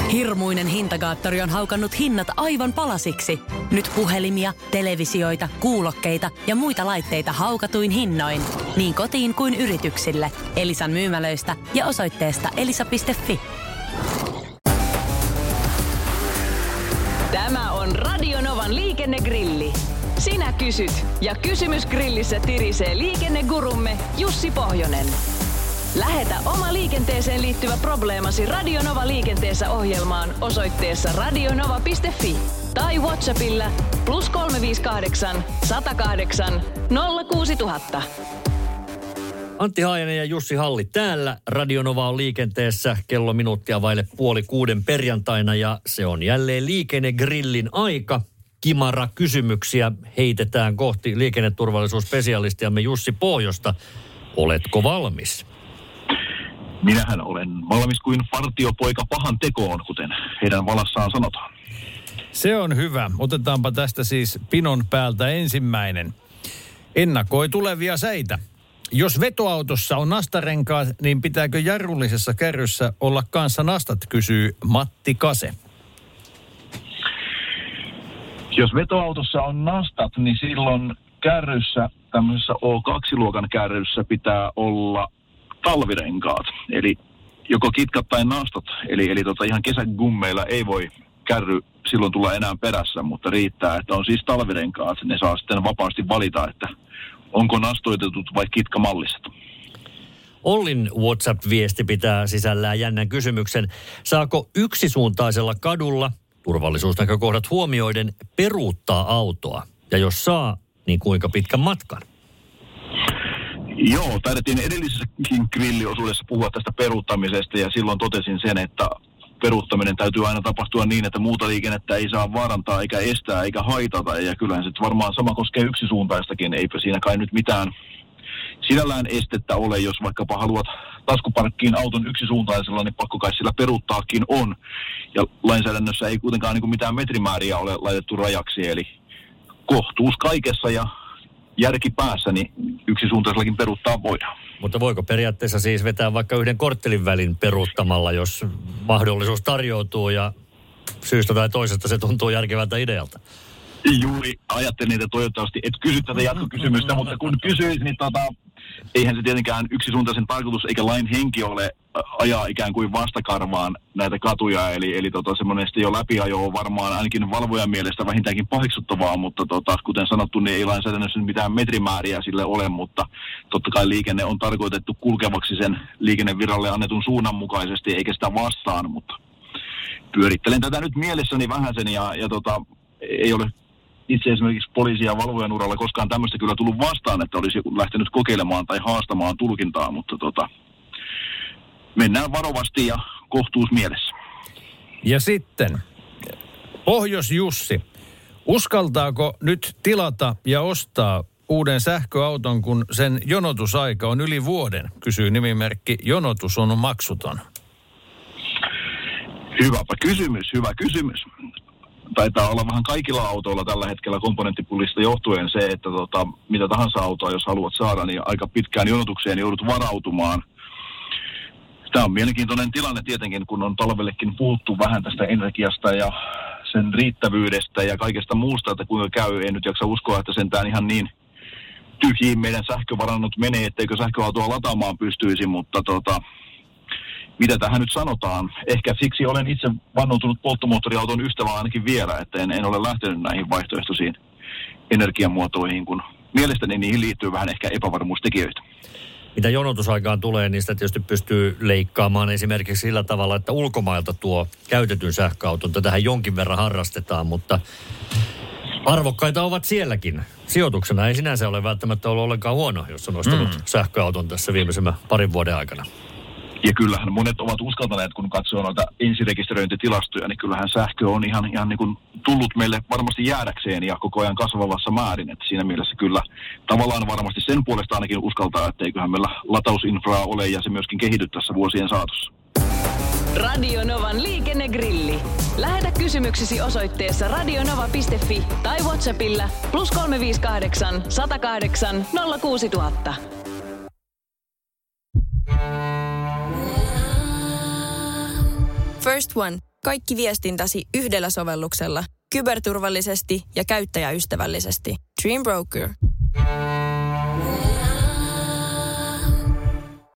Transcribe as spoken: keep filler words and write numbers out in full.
Hirmuinen hintakaattori on haukannut hinnat aivan palasiksi. Nyt puhelimia, televisioita, kuulokkeita ja muita laitteita haukatuin hinnoin. Niin kotiin kuin yrityksille. Elisan myymälöistä ja osoitteesta elisa piste fi. Tämä on Radio Novan liikennegrilli. Sinä kysyt ja kysymys grillissä tirisee liikennegurumme Jussi Pohjonen. Lähetä oma liikenteeseen liittyvä probleemasi Radio Nova liikenteessä ohjelmaan osoitteessa radionova piste fi tai WhatsAppilla plus kolme viisi kahdeksan, sata kahdeksan, nolla kuusi tuhatta. Antti Haajanen ja Jussi Halli täällä. Radio Nova on liikenteessä kello minuuttia vaille puoli kuuden perjantaina ja se on jälleen liikennegrillin aika. Kimara kysymyksiä heitetään kohti liikenneturvallisuusspesialistiamme Jussi Pohjosta. Oletko valmis? Minähän olen valmis kuin partiopoika pahan tekoon, kuten heidän valassaan sanotaan. Se on hyvä. Otetaanpa tästä siis pinon päältä ensimmäinen. Ennakoi tulevia säitä. Jos vetoautossa on nastarenkaat, niin pitääkö jarrullisessa kärryssä olla kanssa nastat, kysyy Matti Kase. Jos vetoautossa on nastat, niin silloin kärryssä, tämmöisessä O kaksi luokan kärryssä pitää olla talvirenkaat. Eli joko kitkat tai nastat, eli, eli tota ihan kesägummeilla ei voi kärry silloin tulla enää perässä, mutta riittää, että on siis talvirenkaat. Ne saa sitten vapaasti valita, että onko nastoitetut vai kitkamalliset. Ollin WhatsApp-viesti pitää sisällään jännän kysymyksen. Saako yksisuuntaisella kadulla turvallisuusnäkökohdat huomioiden peruuttaa autoa? Ja jos saa, niin kuinka pitkän matkan? Joo, taidettiin edellisessäkin grilliosuudessa puhua tästä peruuttamisesta ja silloin totesin sen, että peruuttaminen täytyy aina tapahtua niin, että muuta liikennettä ei saa vaarantaa eikä estää eikä haitata. Ja kyllähän se varmaan sama koskee yksisuuntaistakin, eipä siinä kai nyt mitään sinällään estettä ole, jos vaikkapa haluat taskuparkkiin auton yksisuuntaisella, niin pakko kai sillä peruuttaakin on. Ja lainsäädännössä ei kuitenkaan niin kuin mitään metrimääriä ole laitettu rajaksi, eli kohtuus kaikessa ja järki päässä, niin yksisuuntaisellakin peruuttaa voidaan. Mutta voiko periaatteessa siis vetää vaikka yhden korttelin välin peruuttamalla, jos mahdollisuus tarjoutuu ja syystä tai toisesta se tuntuu järkevältä idealta? Juuri ajattelin, että toivottavasti et kysy tätä jatkokysymystä, mutta kun kysyit, niin tota, eihän se tietenkään yksisuuntaisen tarkoitus eikä lain henki ole ajaa ikään kuin vastakarvaan näitä katuja. Eli, eli tota, semmoinen sitten jo läpiajo on varmaan ainakin valvojan mielestä vähintäänkin paheksuttavaa, mutta tota, kuten sanottu, niin ei lainsäädännössä mitään metrimääriä sille ole, mutta totta kai liikenne on tarkoitettu kulkevaksi sen liikenneviralle annetun suunnan mukaisesti, eikä sitä vastaan, mutta pyörittelen tätä nyt mielessäni vähäsen ja, ja tota, ei ole itse esimerkiksi poliisi- ja valvojan uralla koskaan tämmöistä kyllä tullut vastaan, että olisi lähtenyt kokeilemaan tai haastamaan tulkintaa, mutta tota, mennään varovasti ja kohtuus mielessä. Ja sitten, Pohjois-Jussi, uskaltaako nyt tilata ja ostaa uuden sähköauton, kun sen jonotusaika on yli vuoden, kysyy nimimerkki Jonotus on maksuton. Hyväpä kysymys, hyvä kysymys. Taitaa olla vähän kaikilla autoilla tällä hetkellä komponenttipullista johtuen se, että tota, mitä tahansa autoa, jos haluat saada, niin aika pitkään jonotukseen joudut varautumaan. Tämä on mielenkiintoinen tilanne tietenkin, kun on talvellekin puhuttu vähän tästä energiasta ja sen riittävyydestä ja kaikesta muusta, että kuinka käy. En nyt jaksa uskoa, että sentään ihan niin tyhjiin meidän sähkövarannot menee, etteikö sähköautoa lataamaan pystyisi, mutta tota, mitä tähän nyt sanotaan? Ehkä siksi olen itse vannoutunut polttomoottoriauton ystävä ainakin vielä, että en, en ole lähtenyt näihin vaihtoehtoisiin energiamuotoihin, kun mielestäni niihin liittyy vähän ehkä epävarmuustekijöitä. Mitä jonotusaikaan tulee, niin sitä tietysti pystyy leikkaamaan esimerkiksi sillä tavalla, että ulkomailta tuo käytetyn sähköauton. Tätähän jonkin verran harrastetaan, mutta arvokkaita ovat sielläkin. Sijoituksena ei sinänsä ole välttämättä ollut ollenkaan huono, jos on ostanut mm. sähköauton tässä viimeisemmän parin vuoden aikana. Ja kyllähän monet ovat uskaltaneet, kun katsoo noita ensirekisteröintitilastoja, niin kyllähän sähkö on ihan, ihan niin kuin tullut meille varmasti jäädäkseen ja koko ajan kasvavassa määrin. Että siinä mielessä kyllä tavallaan varmasti sen puolesta ainakin uskaltaa, että eiköhän meillä latausinfraa ole ja se myöskin kehity tässä vuosien saatossa. Radio Novan liikennegrilli. Lähetä kysymyksesi osoitteessa radionova piste fi tai WhatsAppilla plus kolme viisi kahdeksan, sata kahdeksan, nolla kuusi tuhatta. First One. kaikki viestintäsi yhdellä sovelluksella. Kyberturvallisesti ja käyttäjäystävällisesti. Dream Broker.